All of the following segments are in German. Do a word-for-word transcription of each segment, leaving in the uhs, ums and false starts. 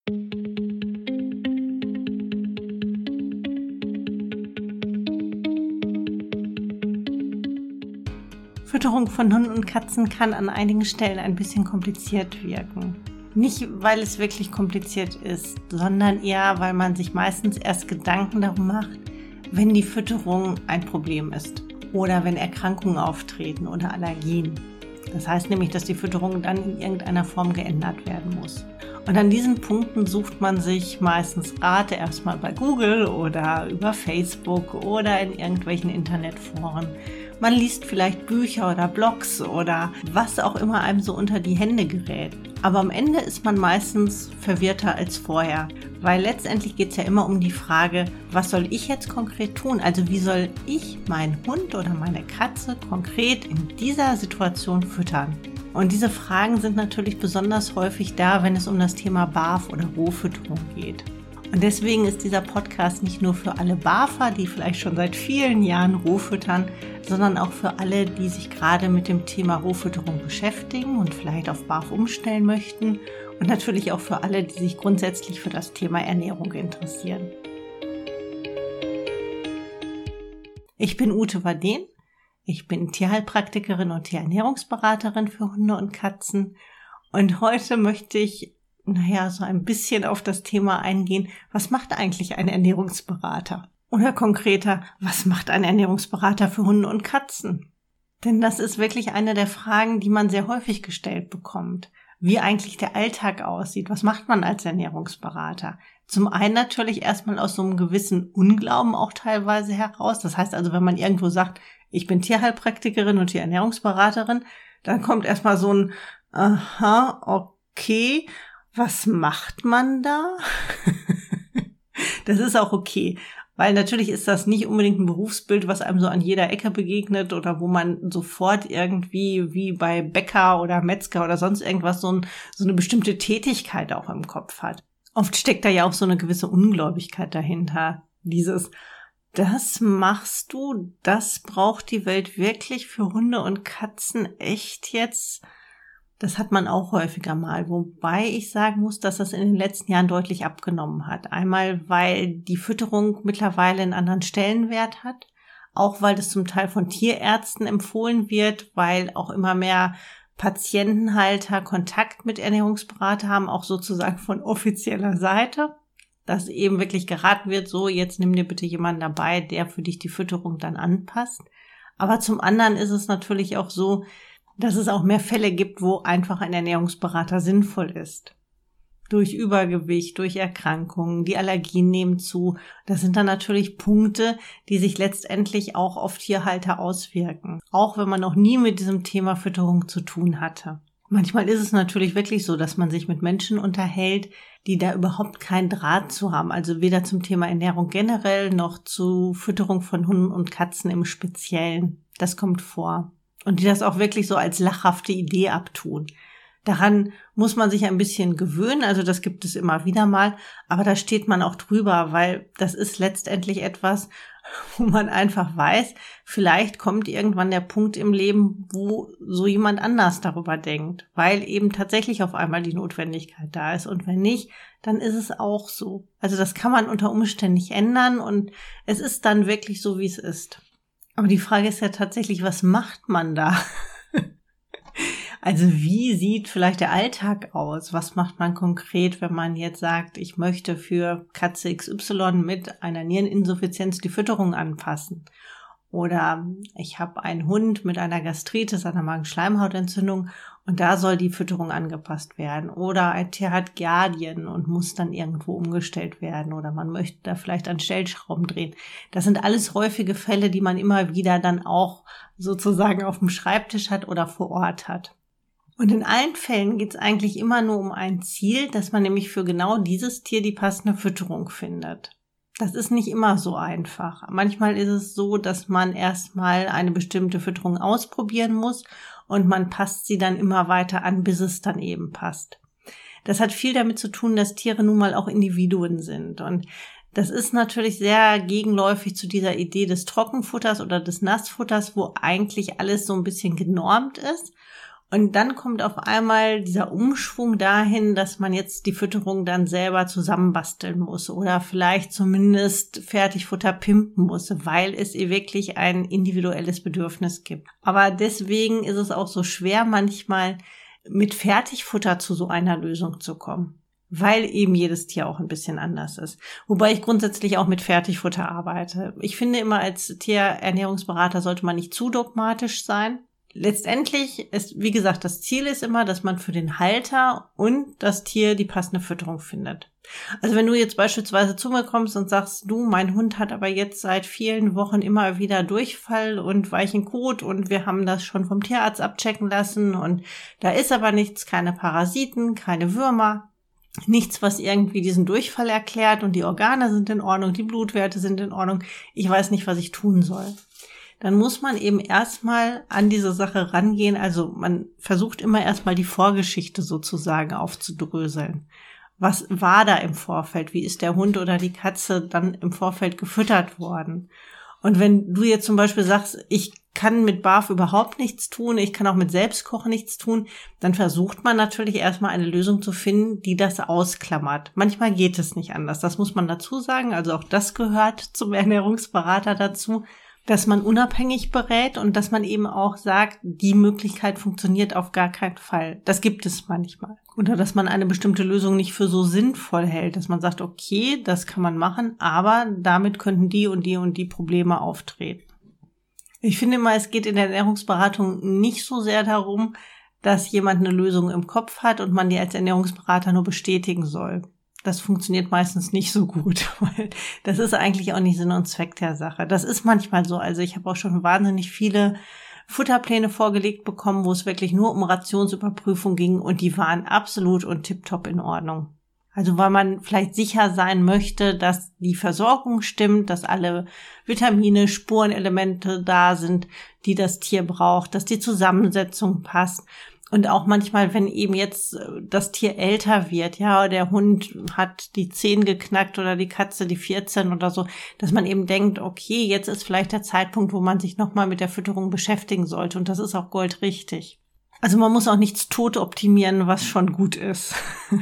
Fütterung von Hunden und Katzen kann an einigen Stellen ein bisschen kompliziert wirken. Nicht, weil es wirklich kompliziert ist, sondern eher, weil man sich meistens erst Gedanken darum macht, wenn die Fütterung ein Problem ist oder wenn Erkrankungen auftreten oder Allergien. Das heißt nämlich, dass die Fütterung dann in irgendeiner Form geändert werden muss. Und an diesen Punkten sucht man sich meistens Rat erstmal bei Google oder über Facebook oder in irgendwelchen Internetforen. Man liest vielleicht Bücher oder Blogs oder was auch immer einem so unter die Hände gerät. Aber am Ende ist man meistens verwirrter als vorher, weil letztendlich geht es ja immer um die Frage, was soll ich jetzt konkret tun? Also wie soll ich meinen Hund oder meine Katze konkret in dieser Situation füttern? Und diese Fragen sind natürlich besonders häufig da, wenn es um das Thema Barf- oder Rohfütterung geht. Und deswegen ist dieser Podcast nicht nur für alle Barfer, die vielleicht schon seit vielen Jahren roh füttern, sondern auch für alle, die sich gerade mit dem Thema Rohfütterung beschäftigen und vielleicht auf Barf umstellen möchten. Und natürlich auch für alle, die sich grundsätzlich für das Thema Ernährung interessieren. Ich bin Ute Warden. Ich bin Tierheilpraktikerin und Tierernährungsberaterin für Hunde und Katzen. Und heute möchte ich naja, so ein bisschen auf das Thema eingehen, was macht eigentlich ein Ernährungsberater? Oder konkreter, was macht ein Ernährungsberater für Hunde und Katzen? Denn das ist wirklich eine der Fragen, die man sehr häufig gestellt bekommt. Wie eigentlich der Alltag aussieht, was macht man als Ernährungsberater? Zum einen natürlich erstmal aus so einem gewissen Unglauben auch teilweise heraus. Das heißt also, wenn man irgendwo sagt, ich bin Tierheilpraktikerin und Tierernährungsberaterin, dann kommt erstmal so ein, aha, okay, was macht man da? Das ist auch okay, weil natürlich ist das nicht unbedingt ein Berufsbild, was einem so an jeder Ecke begegnet oder wo man sofort irgendwie wie bei Bäcker oder Metzger oder sonst irgendwas so, ein, so eine bestimmte Tätigkeit auch im Kopf hat. Oft steckt da ja auch so eine gewisse Ungläubigkeit dahinter. Dieses, das machst du, das braucht die Welt wirklich für Hunde und Katzen echt jetzt? Das hat man auch häufiger mal, wobei ich sagen muss, dass das in den letzten Jahren deutlich abgenommen hat. Einmal, weil die Fütterung mittlerweile einen anderen Stellenwert hat, auch weil das zum Teil von Tierärzten empfohlen wird, weil auch immer mehr Patientenhalter Kontakt mit Ernährungsberater haben, auch sozusagen von offizieller Seite, dass eben wirklich geraten wird, so jetzt nimm dir bitte jemanden dabei, der für dich die Fütterung dann anpasst. Aber zum anderen ist es natürlich auch so, dass es auch mehr Fälle gibt, wo einfach ein Ernährungsberater sinnvoll ist. Durch Übergewicht, durch Erkrankungen, die Allergien nehmen zu. Das sind dann natürlich Punkte, die sich letztendlich auch auf Tierhalter auswirken. Auch wenn man noch nie mit diesem Thema Fütterung zu tun hatte. Manchmal ist es natürlich wirklich so, dass man sich mit Menschen unterhält, die da überhaupt keinen Draht zu haben. Also weder zum Thema Ernährung generell noch zu Fütterung von Hunden und Katzen im Speziellen. Das kommt vor. Und die das auch wirklich so als lachhafte Idee abtun. Daran muss man sich ein bisschen gewöhnen, also das gibt es immer wieder mal, aber da steht man auch drüber, weil das ist letztendlich etwas, wo man einfach weiß, vielleicht kommt irgendwann der Punkt im Leben, wo so jemand anders darüber denkt, weil eben tatsächlich auf einmal die Notwendigkeit da ist. Und wenn nicht, dann ist es auch so. Also das kann man unter Umständen nicht ändern und es ist dann wirklich so, wie es ist. Aber die Frage ist ja tatsächlich, was macht man da? Also wie sieht vielleicht der Alltag aus? Was macht man konkret, wenn man jetzt sagt, ich möchte für Katze X Y mit einer Niereninsuffizienz die Fütterung anpassen? Oder ich habe einen Hund mit einer Gastritis, einer Magenschleimhautentzündung und da soll die Fütterung angepasst werden. Oder ein Tier hat Giardien und muss dann irgendwo umgestellt werden. Oder man möchte da vielleicht an Stellschrauben drehen. Das sind alles häufige Fälle, die man immer wieder dann auch sozusagen auf dem Schreibtisch hat oder vor Ort hat. Und in allen Fällen geht es eigentlich immer nur um ein Ziel, dass man nämlich für genau dieses Tier die passende Fütterung findet. Das ist nicht immer so einfach. Manchmal ist es so, dass man erstmal eine bestimmte Fütterung ausprobieren muss und man passt sie dann immer weiter an, bis es dann eben passt. Das hat viel damit zu tun, dass Tiere nun mal auch Individuen sind. Und das ist natürlich sehr gegenläufig zu dieser Idee des Trockenfutters oder des Nassfutters, wo eigentlich alles so ein bisschen genormt ist. Und dann kommt auf einmal dieser Umschwung dahin, dass man jetzt die Fütterung dann selber zusammenbasteln muss oder vielleicht zumindest Fertigfutter pimpen muss, weil es ihr wirklich ein individuelles Bedürfnis gibt. Aber deswegen ist es auch so schwer, manchmal mit Fertigfutter zu so einer Lösung zu kommen, weil eben jedes Tier auch ein bisschen anders ist. Wobei ich grundsätzlich auch mit Fertigfutter arbeite. Ich finde immer, als Tierernährungsberater sollte man nicht zu dogmatisch sein. Letztendlich ist, wie gesagt, das Ziel ist immer, dass man für den Halter und das Tier die passende Fütterung findet. Also wenn du jetzt beispielsweise zu mir kommst und sagst, du, mein Hund hat aber jetzt seit vielen Wochen immer wieder Durchfall und weichen Kot und wir haben das schon vom Tierarzt abchecken lassen und da ist aber nichts, keine Parasiten, keine Würmer, nichts, was irgendwie diesen Durchfall erklärt und die Organe sind in Ordnung, die Blutwerte sind in Ordnung, ich weiß nicht, was ich tun soll. Dann muss man eben erstmal an diese Sache rangehen. Also man versucht immer erstmal die Vorgeschichte sozusagen aufzudröseln. Was war da im Vorfeld? Wie ist der Hund oder die Katze dann im Vorfeld gefüttert worden? Und wenn du jetzt zum Beispiel sagst, ich kann mit B A F überhaupt nichts tun, ich kann auch mit Selbstkochen nichts tun, dann versucht man natürlich erstmal eine Lösung zu finden, die das ausklammert. Manchmal geht es nicht anders, das muss man dazu sagen. Also auch das gehört zum Ernährungsberater dazu, dass man unabhängig berät und dass man eben auch sagt, die Möglichkeit funktioniert auf gar keinen Fall. Das gibt es manchmal. Oder dass man eine bestimmte Lösung nicht für so sinnvoll hält, dass man sagt, okay, das kann man machen, aber damit könnten die und die und die Probleme auftreten. Ich finde mal, es geht in der Ernährungsberatung nicht so sehr darum, dass jemand eine Lösung im Kopf hat und man die als Ernährungsberater nur bestätigen soll. Das funktioniert meistens nicht so gut, weil das ist eigentlich auch nicht Sinn und Zweck der Sache. Das ist manchmal so. Also ich habe auch schon wahnsinnig viele Futterpläne vorgelegt bekommen, wo es wirklich nur um Rationsüberprüfung ging und die waren absolut und tipptopp in Ordnung. Also weil man vielleicht sicher sein möchte, dass die Versorgung stimmt, dass alle Vitamine, Spurenelemente da sind, die das Tier braucht, dass die Zusammensetzung passt. Und auch manchmal, wenn eben jetzt das Tier älter wird, ja, der Hund hat die zehn geknackt oder die Katze die vierzehn oder so, dass man eben denkt, okay, jetzt ist vielleicht der Zeitpunkt, wo man sich nochmal mit der Fütterung beschäftigen sollte. Und das ist auch goldrichtig. Also man muss auch nichts tot optimieren, was schon gut ist.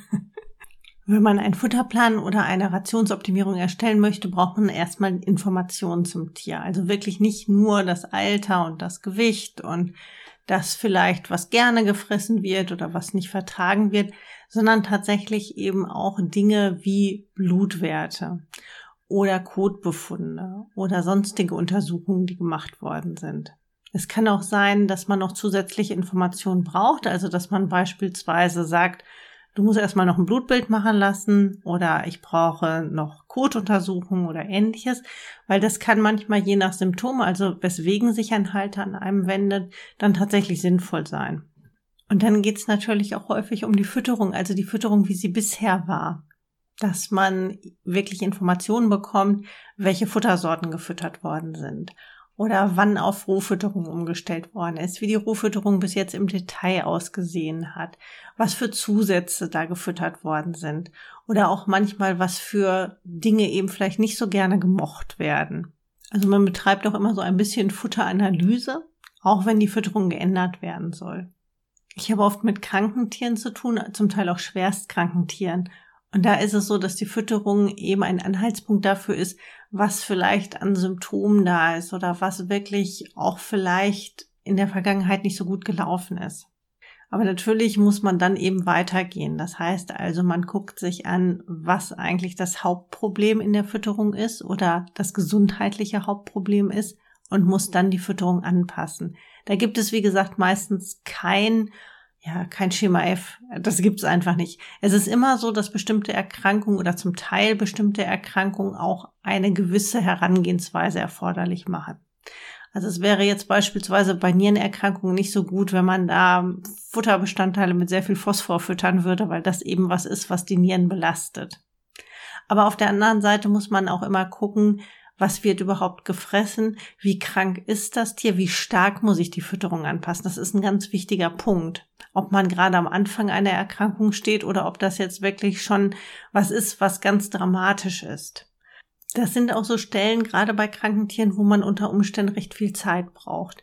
Wenn man einen Futterplan oder eine Rationsoptimierung erstellen möchte, braucht man erstmal Informationen zum Tier. Also wirklich nicht nur das Alter und das Gewicht und das vielleicht, was gerne gefressen wird oder was nicht vertragen wird, sondern tatsächlich eben auch Dinge wie Blutwerte oder Kotbefunde oder sonstige Untersuchungen, die gemacht worden sind. Es kann auch sein, dass man noch zusätzliche Informationen braucht, also dass man beispielsweise sagt, du musst erstmal noch ein Blutbild machen lassen oder ich brauche noch Kotuntersuchungen oder ähnliches, weil das kann manchmal je nach Symptom, also weswegen sich ein Halter an einem wendet, dann tatsächlich sinnvoll sein. Und dann geht es natürlich auch häufig um die Fütterung, also die Fütterung, wie sie bisher war. Dass man wirklich Informationen bekommt, welche Futtersorten gefüttert worden sind. Oder wann auf Rohfütterung umgestellt worden ist, wie die Rohfütterung bis jetzt im Detail ausgesehen hat, was für Zusätze da gefüttert worden sind oder auch manchmal, was für Dinge eben vielleicht nicht so gerne gemocht werden. Also man betreibt auch immer so ein bisschen Futteranalyse, auch wenn die Fütterung geändert werden soll. Ich habe oft mit kranken Tieren zu tun, zum Teil auch schwerstkranken Tieren. Und da ist es so, dass die Fütterung eben ein Anhaltspunkt dafür ist, was vielleicht an Symptomen da ist oder was wirklich auch vielleicht in der Vergangenheit nicht so gut gelaufen ist. Aber natürlich muss man dann eben weitergehen. Das heißt also, man guckt sich an, was eigentlich das Hauptproblem in der Fütterung ist oder das gesundheitliche Hauptproblem ist und muss dann die Fütterung anpassen. Da gibt es, wie gesagt, meistens kein Ja, kein Schema F. Das gibt's einfach nicht. Es ist immer so, dass bestimmte Erkrankungen oder zum Teil bestimmte Erkrankungen auch eine gewisse Herangehensweise erforderlich machen. Also es wäre jetzt beispielsweise bei Nierenerkrankungen nicht so gut, wenn man da Futterbestandteile mit sehr viel Phosphor füttern würde, weil das eben was ist, was die Nieren belastet. Aber auf der anderen Seite muss man auch immer gucken, was wird überhaupt gefressen? Wie krank ist das Tier? Wie stark muss ich die Fütterung anpassen? Das ist ein ganz wichtiger Punkt. Ob man gerade am Anfang einer Erkrankung steht oder ob das jetzt wirklich schon was ist, was ganz dramatisch ist. Das sind auch so Stellen, gerade bei kranken Tieren, wo man unter Umständen recht viel Zeit braucht.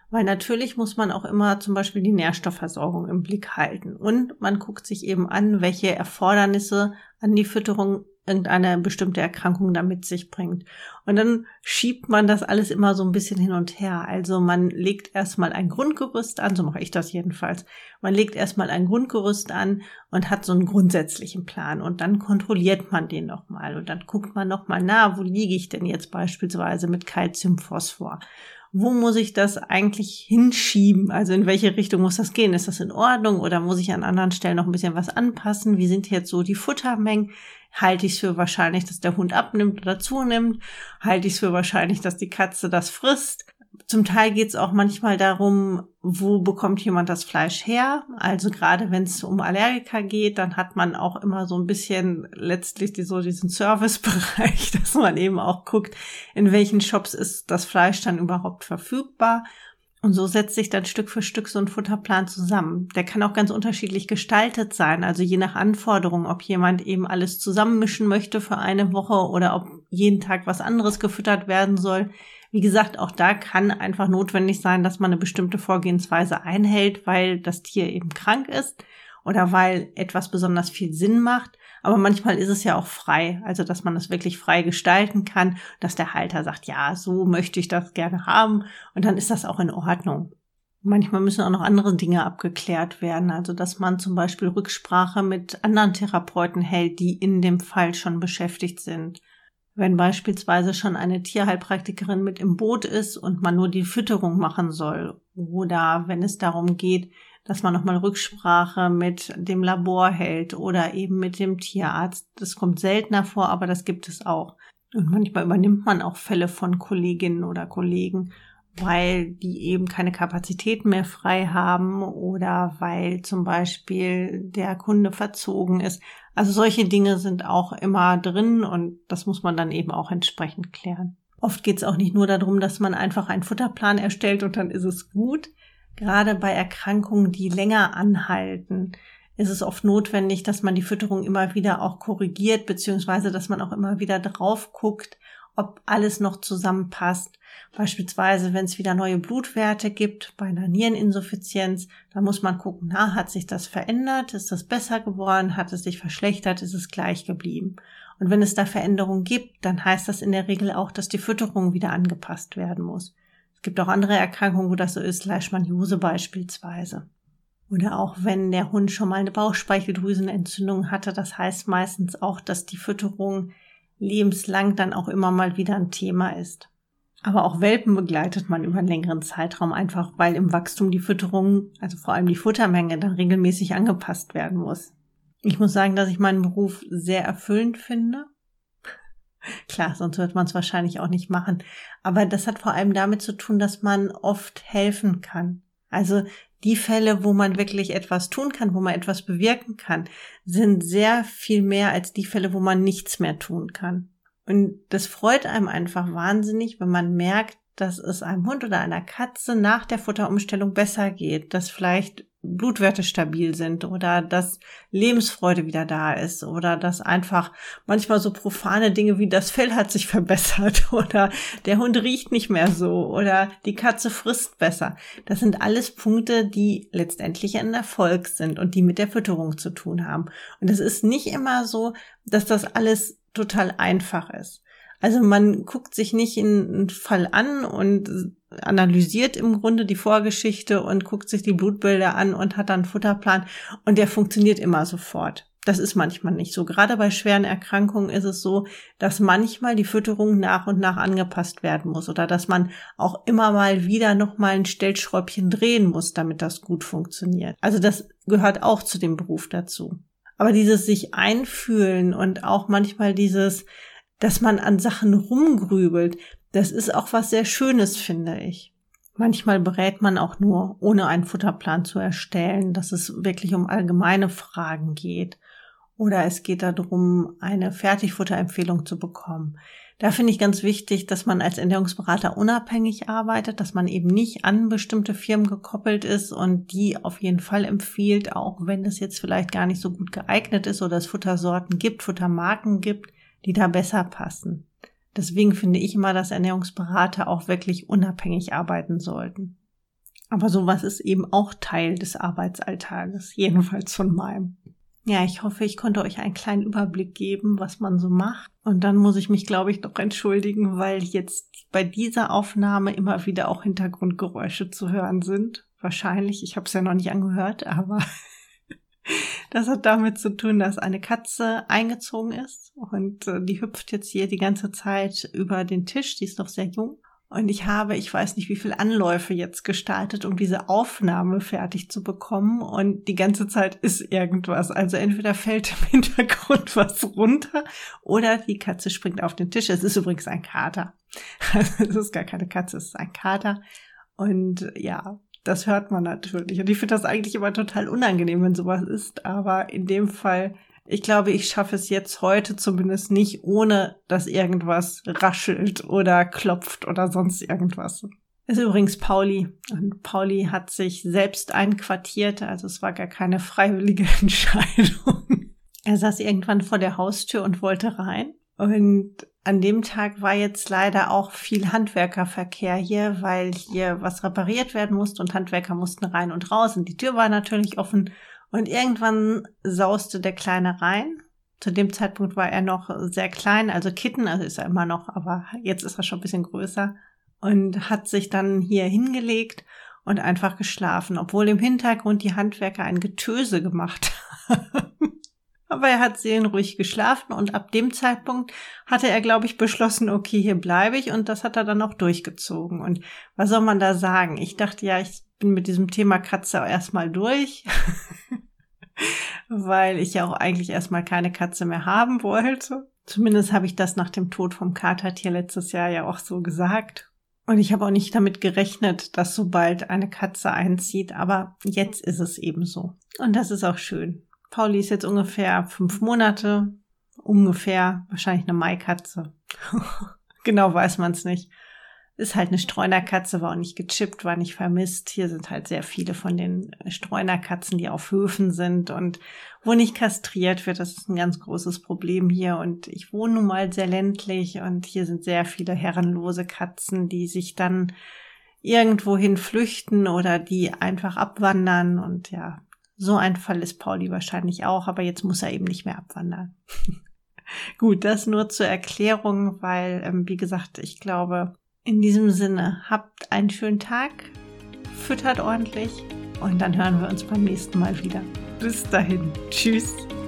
Weil natürlich muss man auch immer zum Beispiel die Nährstoffversorgung im Blick halten. Und man guckt sich eben an, welche Erfordernisse an die Fütterung irgendeine bestimmte Erkrankung da mit sich bringt. Und dann schiebt man das alles immer so ein bisschen hin und her. Also man legt erstmal ein Grundgerüst an, so mache ich das jedenfalls. Man legt erstmal ein Grundgerüst an und hat so einen grundsätzlichen Plan. Und dann kontrolliert man den nochmal. Und dann guckt man nochmal, na, wo liege ich denn jetzt beispielsweise mit Calcium, Phosphor? Wo muss ich das eigentlich hinschieben? Also in welche Richtung muss das gehen? Ist das in Ordnung oder muss ich an anderen Stellen noch ein bisschen was anpassen? Wie sind jetzt so die Futtermengen? Halte ich es für wahrscheinlich, dass der Hund abnimmt oder zunimmt? Halte ich es für wahrscheinlich, dass die Katze das frisst? Zum Teil geht es auch manchmal darum, wo bekommt jemand das Fleisch her? Also gerade wenn es um Allergiker geht, dann hat man auch immer so ein bisschen letztlich die, so diesen Servicebereich, dass man eben auch guckt, in welchen Shops ist das Fleisch dann überhaupt verfügbar. Und so setzt sich dann Stück für Stück so ein Futterplan zusammen. Der kann auch ganz unterschiedlich gestaltet sein, also je nach Anforderung, ob jemand eben alles zusammenmischen möchte für eine Woche oder ob jeden Tag was anderes gefüttert werden soll. Wie gesagt, auch da kann einfach notwendig sein, dass man eine bestimmte Vorgehensweise einhält, weil das Tier eben krank ist oder weil etwas besonders viel Sinn macht. Aber manchmal ist es ja auch frei, also dass man das wirklich frei gestalten kann, dass der Halter sagt, ja, so möchte ich das gerne haben und dann ist das auch in Ordnung. Manchmal müssen auch noch andere Dinge abgeklärt werden, also dass man zum Beispiel Rücksprache mit anderen Therapeuten hält, die in dem Fall schon beschäftigt sind. Wenn beispielsweise schon eine Tierheilpraktikerin mit im Boot ist und man nur die Fütterung machen soll oder wenn es darum geht, dass man nochmal Rücksprache mit dem Labor hält oder eben mit dem Tierarzt. Das kommt seltener vor, aber das gibt es auch. Und manchmal übernimmt man auch Fälle von Kolleginnen oder Kollegen, weil die eben keine Kapazitäten mehr frei haben oder weil zum Beispiel der Kunde verzogen ist. Also solche Dinge sind auch immer drin und das muss man dann eben auch entsprechend klären. Oft geht es auch nicht nur darum, dass man einfach einen Futterplan erstellt und dann ist es gut. Gerade bei Erkrankungen, die länger anhalten, ist es oft notwendig, dass man die Fütterung immer wieder auch korrigiert, beziehungsweise dass man auch immer wieder drauf guckt, ob alles noch zusammenpasst. Beispielsweise, wenn es wieder neue Blutwerte gibt bei einer Niereninsuffizienz, dann muss man gucken, na, hat sich das verändert? Ist das besser geworden? Hat es sich verschlechtert? Ist es gleich geblieben? Und wenn es da Veränderungen gibt, dann heißt das in der Regel auch, dass die Fütterung wieder angepasst werden muss. Es gibt auch andere Erkrankungen, wo das so ist, Leishmaniose beispielsweise. Oder auch wenn der Hund schon mal eine Bauchspeicheldrüsenentzündung hatte, das heißt meistens auch, dass die Fütterung lebenslang dann auch immer mal wieder ein Thema ist. Aber auch Welpen begleitet man über einen längeren Zeitraum einfach, weil im Wachstum die Fütterung, also vor allem die Futtermenge, dann regelmäßig angepasst werden muss. Ich muss sagen, dass ich meinen Beruf sehr erfüllend finde. Klar, sonst wird man es wahrscheinlich auch nicht machen. Aber das hat vor allem damit zu tun, dass man oft helfen kann. Also die Fälle, wo man wirklich etwas tun kann, wo man etwas bewirken kann, sind sehr viel mehr als die Fälle, wo man nichts mehr tun kann. Und das freut einem einfach wahnsinnig, wenn man merkt, dass es einem Hund oder einer Katze nach der Futterumstellung besser geht, dass vielleicht Blutwerte stabil sind oder dass Lebensfreude wieder da ist oder dass einfach manchmal so profane Dinge wie das Fell hat sich verbessert oder der Hund riecht nicht mehr so oder die Katze frisst besser. Das sind alles Punkte, die letztendlich ein Erfolg sind und die mit der Fütterung zu tun haben. Und es ist nicht immer so, dass das alles total einfach ist. Also man guckt sich nicht einen Fall an und analysiert im Grunde die Vorgeschichte und guckt sich die Blutbilder an und hat dann einen Futterplan und der funktioniert immer sofort. Das ist manchmal nicht so. Gerade bei schweren Erkrankungen ist es so, dass manchmal die Fütterung nach und nach angepasst werden muss oder dass man auch immer mal wieder nochmal ein Stellschräubchen drehen muss, damit das gut funktioniert. Also das gehört auch zu dem Beruf dazu. Aber dieses sich einfühlen und auch manchmal dieses, dass man an Sachen rumgrübelt, das ist auch was sehr Schönes, finde ich. Manchmal berät man auch nur, ohne einen Futterplan zu erstellen, dass es wirklich um allgemeine Fragen geht. Oder es geht darum, eine Fertigfutterempfehlung zu bekommen. Da finde ich ganz wichtig, dass man als Ernährungsberater unabhängig arbeitet, dass man eben nicht an bestimmte Firmen gekoppelt ist und die auf jeden Fall empfiehlt, auch wenn es jetzt vielleicht gar nicht so gut geeignet ist oder es Futtersorten gibt, Futtermarken gibt, die da besser passen. Deswegen finde ich immer, dass Ernährungsberater auch wirklich unabhängig arbeiten sollten. Aber sowas ist eben auch Teil des Arbeitsalltages, jedenfalls von meinem. Ja, ich hoffe, ich konnte euch einen kleinen Überblick geben, was man so macht. Und dann muss ich mich, glaube ich, noch entschuldigen, weil jetzt bei dieser Aufnahme immer wieder auch Hintergrundgeräusche zu hören sind. Wahrscheinlich, ich habe es ja noch nicht angehört, aber das hat damit zu tun, dass eine Katze eingezogen ist und äh, die hüpft jetzt hier die ganze Zeit über den Tisch. Die ist noch sehr jung. Und ich habe, ich weiß nicht, wie viele Anläufe jetzt gestartet, um diese Aufnahme fertig zu bekommen. Und die ganze Zeit ist irgendwas. Also entweder fällt im Hintergrund was runter oder die Katze springt auf den Tisch. Es ist übrigens ein Kater. Also es ist gar keine Katze, es ist ein Kater. Und ja, das hört man natürlich. Und ich finde das eigentlich immer total unangenehm, wenn sowas ist. Aber in dem Fall, ich glaube, ich schaffe es jetzt heute zumindest nicht, ohne dass irgendwas raschelt oder klopft oder sonst irgendwas. Das ist übrigens Pauli. Und Pauli hat sich selbst einquartiert, also es war gar keine freiwillige Entscheidung. Er saß irgendwann vor der Haustür und wollte rein. Und an dem Tag war jetzt leider auch viel Handwerkerverkehr hier, weil hier was repariert werden musste und Handwerker mussten rein und raus. Und die Tür war natürlich offen. Und irgendwann sauste der Kleine rein. Zu dem Zeitpunkt war er noch sehr klein, also Kitten, also ist er immer noch, aber jetzt ist er schon ein bisschen größer. Und hat sich dann hier hingelegt und einfach geschlafen, obwohl im Hintergrund die Handwerker ein Getöse gemacht haben. Aber er hat seelenruhig geschlafen und ab dem Zeitpunkt hatte er, glaube ich, beschlossen, okay, hier bleibe ich, und das hat er dann auch durchgezogen. Und was soll man da sagen? Ich dachte ja, ich bin mit diesem Thema Katze erstmal durch, weil ich ja auch eigentlich erstmal keine Katze mehr haben wollte. Zumindest habe ich das nach dem Tod vom Katertier letztes Jahr ja auch so gesagt. Und ich habe auch nicht damit gerechnet, dass so bald eine Katze einzieht, aber jetzt ist es eben so. Und das ist auch schön. Pauli ist jetzt ungefähr fünf Monate, ungefähr, wahrscheinlich eine Maikatze. Genau weiß man es nicht. Ist halt eine Streunerkatze, war auch nicht gechippt, war nicht vermisst. Hier sind halt sehr viele von den Streunerkatzen, die auf Höfen sind und wo nicht kastriert wird. Das ist ein ganz großes Problem hier. Und ich wohne nun mal sehr ländlich und hier sind sehr viele herrenlose Katzen, die sich dann irgendwohin flüchten oder die einfach abwandern. Und ja, so ein Fall ist Pauli wahrscheinlich auch, aber jetzt muss er eben nicht mehr abwandern. Gut, das nur zur Erklärung, weil, ähm, wie gesagt, ich glaube, in diesem Sinne, habt einen schönen Tag, füttert ordentlich und dann hören wir uns beim nächsten Mal wieder. Bis dahin, tschüss.